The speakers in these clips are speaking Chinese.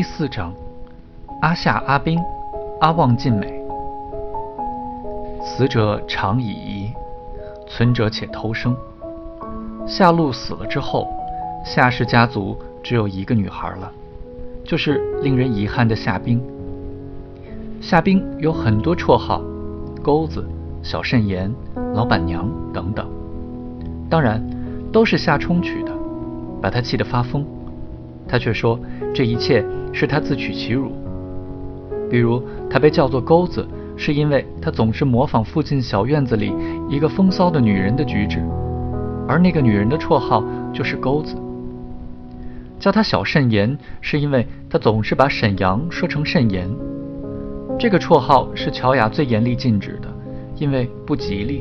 4章，阿夏、阿宾、阿旺尽美。死者长已夷，存者且偷生。夏禄死了之后，夏氏家族只有一个女孩了，就是令人遗憾的夏冰。夏冰有很多绰号，钩子、小慎言、老板娘等等，当然都是夏冲取的，把他气得发疯。他却说这一切是他自取其辱。比如他被叫做钩子，是因为他总是模仿附近小院子里一个风骚的女人的举止，而那个女人的绰号就是钩子。叫他小慎言，是因为他总是把沈阳说成慎言。这个绰号是乔雅最严厉禁止的，因为不吉利。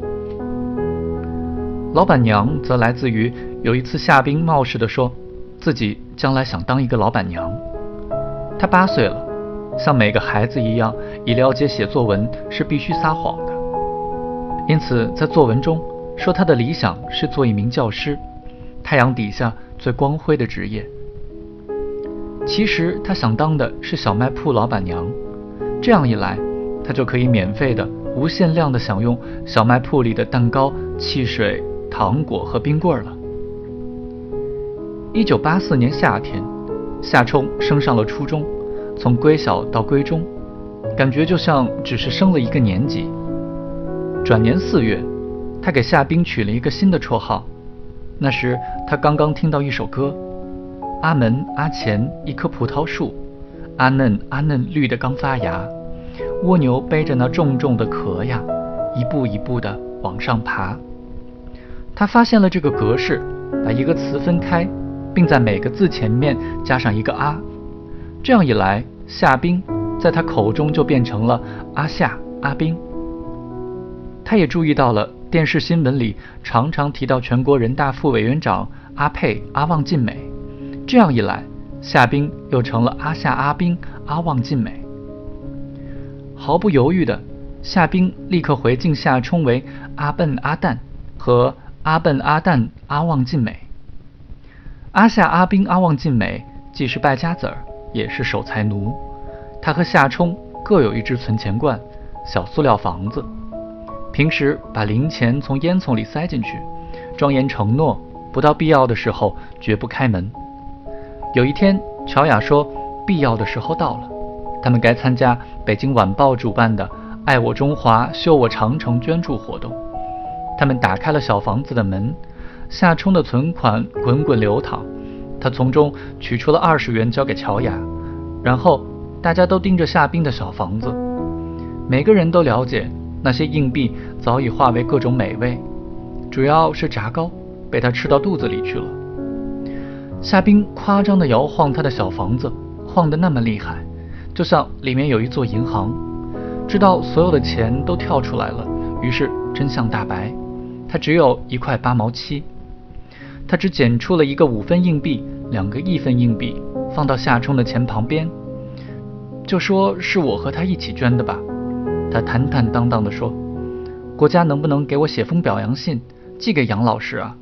老板娘则来自于有一次夏冰冒失地说自己将来想当一个老板娘。她8岁了，像每个孩子一样，已了解写作文是必须撒谎的，因此在作文中说她的理想是做一名教师，太阳底下最光辉的职业。其实她想当的是小卖铺老板娘，这样一来，她就可以免费的、无限量的享用小卖铺里的蛋糕、汽水、糖果和冰棍了。1984年夏天，夏冲升上了初中，从归小到归中，感觉就像只是升了一个年级。转年4月，他给夏冰取了一个新的绰号。那时他刚刚听到一首歌：阿门阿前一棵葡萄树，阿嫩阿嫩绿的刚发芽，蜗牛背着那重重的壳呀，一步一步地往上爬。他发现了这个格式，把一个词分开，并在每个字前面加上一个阿，这样一来，夏冰在他口中就变成了阿夏、阿冰。他也注意到了电视新闻里常常提到全国人大副委员长阿佩、阿旺尽美，这样一来，夏冰又成了阿夏、阿冰、阿旺尽美。毫不犹豫的，夏冰立刻回敬夏冲为阿笨、阿蛋和阿笨、阿蛋、阿旺尽美。阿夏、阿冰、阿旺尽美既是败家子儿，也是守财奴。他和夏冲各有一只存钱罐、小塑料房子，平时把零钱从烟囱里塞进去，庄严承诺不到必要的时候绝不开门。有一天，乔雅说必要的时候到了，他们该参加北京晚报主办的爱我中华修我长城捐助活动。他们打开了小房子的门，夏冲的存款滚滚流淌，他从中取出了20元交给乔雅，然后大家都盯着夏冰的小房子，每个人都了解那些硬币早已化为各种美味，主要是炸糕被他吃到肚子里去了。夏冰夸张地摇晃他的小房子，晃得那么厉害，就像里面有一座银行，直到所有的钱都跳出来了，于是真相大白，他只有1块8毛7。他只捡出了一个5分硬币、2个1分硬币，放到夏冲的钱旁边，就说是我和他一起捐的吧。他坦坦荡荡地说，国家能不能给我写封表扬信，寄给杨老师啊？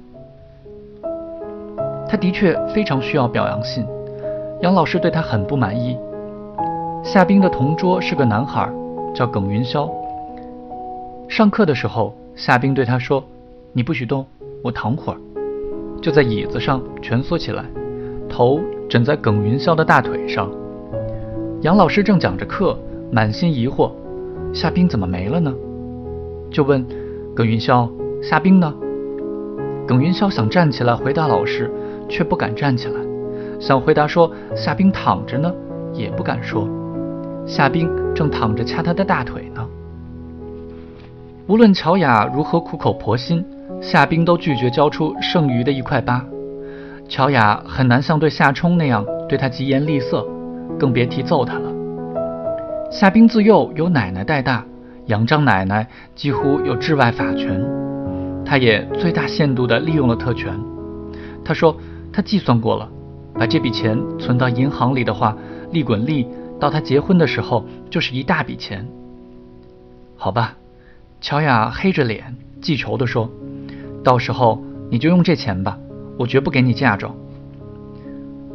他的确非常需要表扬信，杨老师对他很不满意。夏冰的同桌是个男孩，叫耿云霄。上课的时候，夏冰对他说，你不许动，我躺会儿。就在椅子上蜷缩起来，头枕在耿云霄的大腿上。杨老师正讲着课，满心疑惑，夏冰怎么没了呢？就问耿云霄，夏冰呢？耿云霄想站起来回答老师，却不敢站起来，想回答说夏冰躺着呢，也不敢说。夏冰正躺着掐他的大腿呢。无论乔雅如何苦口婆心，夏冰都拒绝交出剩余的1块8。乔雅很难像对夏冲那样对他疾言厉色，更别提揍他了。夏冰自幼由奶奶带大，杨张奶奶几乎有治外法权，他也最大限度地利用了特权。他说他计算过了，把这笔钱存到银行里的话，利滚利到他结婚的时候就是一大笔钱。好吧，乔雅黑着脸记仇地说，到时候你就用这钱吧，我绝不给你嫁妆。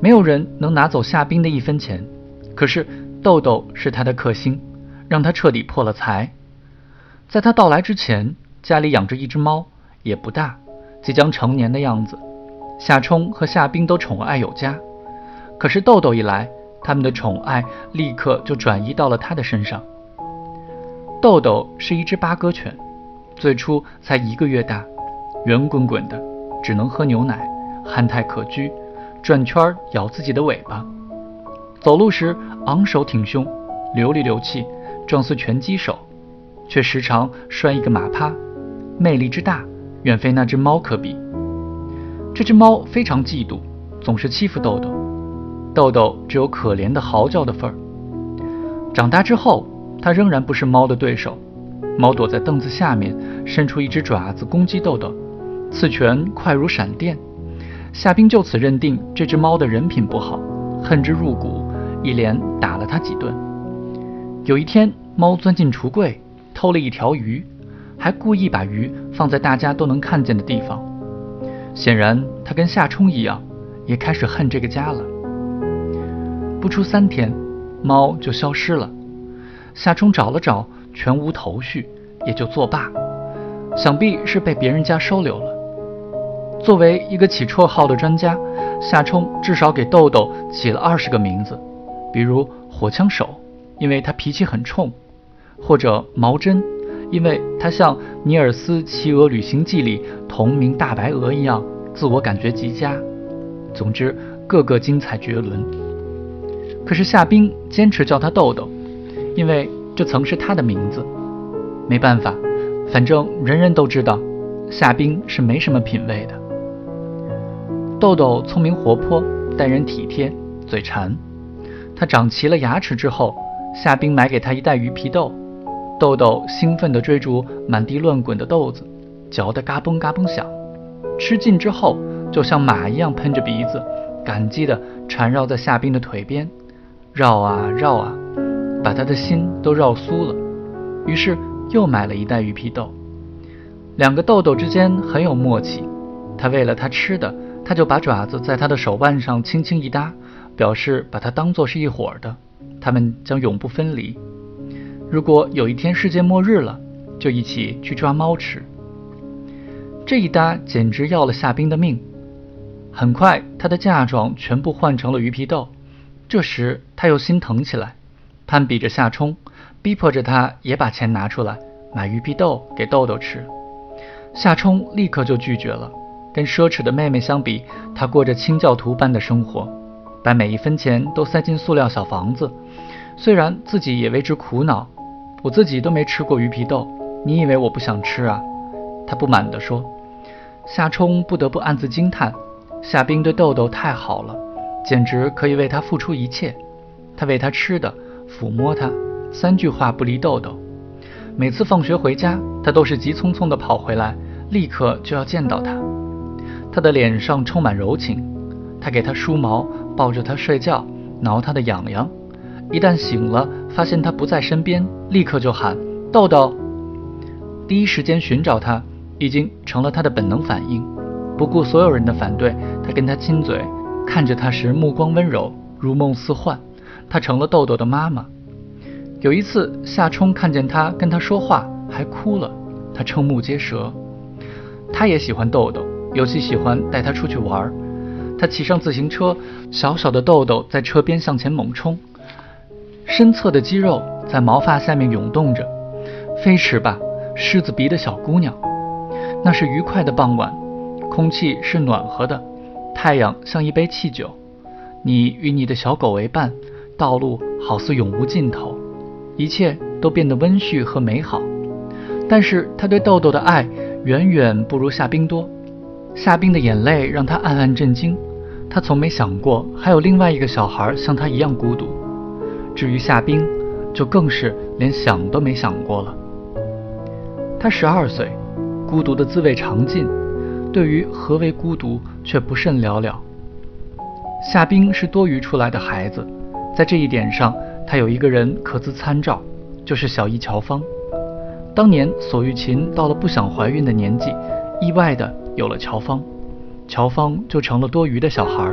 没有人能拿走夏冰的1分钱，可是豆豆是他的克星，让他彻底破了财。在他到来之前，家里养着一只猫，也不大，即将成年的样子。夏冲和夏冰都宠爱有加，可是豆豆一来，他们的宠爱立刻就转移到了他的身上。豆豆是一只巴哥犬，最初才1个月大，圆滚滚的，只能喝牛奶，憨态可掬，转圈咬自己的尾巴。走路时昂首挺胸，流里流气，状似拳击手，却时常摔一个马趴，魅力之大，远非那只猫可比。这只猫非常嫉妒，总是欺负豆豆，豆豆只有可怜的嚎叫的份儿。长大之后，它仍然不是猫的对手。猫躲在凳子下面，伸出一只爪子攻击豆豆，刺拳快如闪电。夏冰就此认定这只猫的人品不好，恨之入骨，一连打了它几顿。有一天，猫钻进橱柜，偷了一条鱼，还故意把鱼放在大家都能看见的地方。显然，它跟夏冲一样，也开始恨这个家了。不出3天，猫就消失了。夏冲找了找，全无头绪，也就作罢，想必是被别人家收留了。作为一个起绰号的专家，夏冲至少给豆豆起了20个名字，比如火枪手，因为他脾气很冲，或者毛针，因为他像尼尔斯《骑鹅旅行记》里同名大白鹅一样，自我感觉极佳。总之，个个精彩绝伦。可是夏冰坚持叫他豆豆，因为这曾是他的名字。没办法，反正人人都知道，夏冰是没什么品味的。豆豆聪明活泼，待人体贴，嘴馋。他长齐了牙齿之后，夏冰买给他一袋鱼皮豆，豆豆兴奋地追逐满地乱滚的豆子，嚼得嘎嘣嘎嘣响。吃尽之后，就像马一样喷着鼻子，感激地缠绕在夏冰的腿边，绕啊绕啊，把他的心都绕酥了。于是又买了一袋鱼皮豆。2个豆豆之间很有默契，他为了他吃的，他就把爪子在他的手腕上轻轻一搭，表示把他当作是一伙的，他们将永不分离。如果有一天世界末日了，就一起去抓猫吃。这一搭简直要了夏冰的命。很快，他的嫁妆全部换成了鱼皮豆。这时他又心疼起来，攀比着夏冲，逼迫着他也把钱拿出来买鱼皮豆给豆豆吃。夏冲立刻就拒绝了。跟奢侈的妹妹相比，他过着清教徒般的生活，把每1分钱都塞进塑料小房子。虽然自己也为之苦恼，我自己都没吃过鱼皮豆，你以为我不想吃啊？他不满地说。夏冲不得不暗自惊叹，夏冰对豆豆太好了，简直可以为他付出一切。他喂他吃的，抚摸他，3句话不离豆豆。每次放学回家，他都是急匆匆地跑回来，立刻就要见到他。他的脸上充满柔情，他给他梳毛，抱着他睡觉，挠他的痒痒。一旦醒了，发现他不在身边，立刻就喊豆豆。第一时间寻找他已经成了他的本能反应。不顾所有人的反对，他跟他亲嘴，看着他时目光温柔，如梦似幻。他成了豆豆的妈妈。有一次，夏冲看见他跟他说话，还哭了，他瞠目结舌。他也喜欢豆豆，尤其喜欢带他出去玩。他骑上自行车，小小的豆豆在车边向前猛冲，身侧的肌肉在毛发下面涌动着。飞驰吧，狮子鼻的小姑娘。那是愉快的傍晚，空气是暖和的，太阳像一杯汽酒。你与你的小狗为伴，道路好似永无尽头，一切都变得温煦和美好。但是他对豆豆的爱远远不如夏冰多。夏冰的眼泪让他暗暗震惊，他从没想过还有另外一个小孩像他一样孤独。至于夏冰，就更是连想都没想过了。他12岁，孤独的滋味尝尽，对于何为孤独却不甚了了。夏冰是多余出来的孩子，在这一点上，他有一个人可资参照，就是小姨乔芳。当年索玉琴到了不想怀孕的年纪，意外的有了乔芳，乔芳就成了多余的小孩，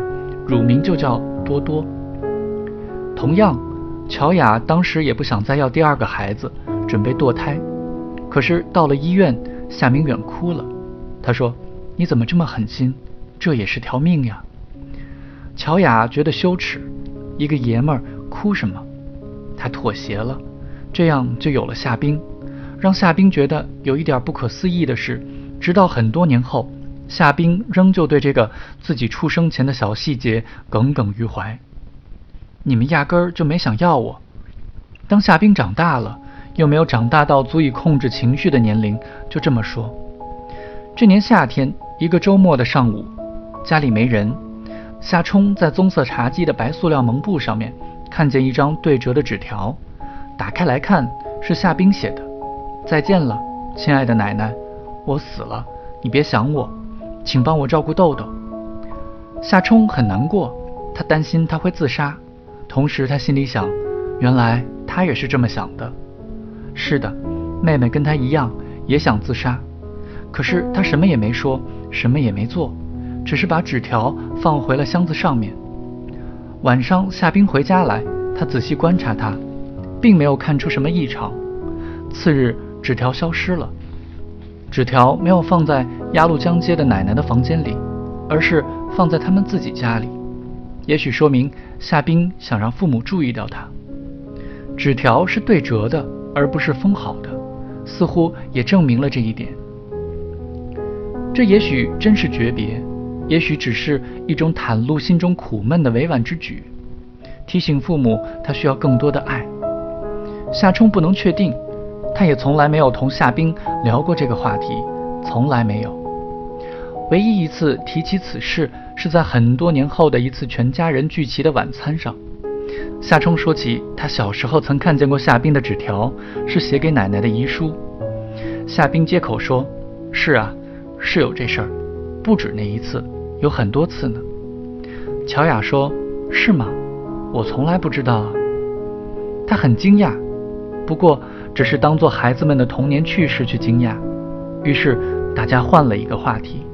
乳名就叫多多。同样，乔雅当时也不想再要第二个孩子，准备堕胎。可是到了医院，夏明远哭了。他说：“你怎么这么狠心？这也是条命呀。”乔雅觉得羞耻，一个爷们儿哭什么？他妥协了，这样就有了夏冰。让夏冰觉得有一点不可思议的是，直到很多年后，夏冰仍旧对这个自己出生前的小细节耿耿于怀。你们压根儿就没想要我。当夏冰长大了，又没有长大到足以控制情绪的年龄，就这么说。这年夏天，一个周末的上午，家里没人，夏冲在棕色茶几的白塑料蒙布上面看见一张对折的纸条，打开来看，是夏冰写的：“再见了，亲爱的奶奶，我死了，你别想我，请帮我照顾豆豆。”夏冲很难过，他担心他会自杀，同时他心里想，原来他也是这么想的。是的，妹妹跟他一样也想自杀，可是他什么也没说，什么也没做，只是把纸条放回了箱子上面。晚上夏冰回家来，他仔细观察他，并没有看出什么异常。次日，纸条消失了。纸条没有放在鸭绿江街的奶奶的房间里，而是放在他们自己家里，也许说明夏冰想让父母注意到他。纸条是对折的，而不是封好的，似乎也证明了这一点。这也许真是诀别，也许只是一种袒露心中苦闷的委婉之举，提醒父母他需要更多的爱。夏冲不能确定，他也从来没有同夏冰聊过这个话题，从来没有。唯一一次提起此事，是在很多年后的一次全家人聚齐的晚餐上。夏冲说起他小时候曾看见过夏冰的纸条，是写给奶奶的遗书。夏冰接口说：“是啊，是有这事儿，不止那一次，有很多次呢。”乔雅说：“是吗？我从来不知道啊。”他很惊讶，不过只是当作孩子们的童年趣事去惊讶。于是大家换了一个话题。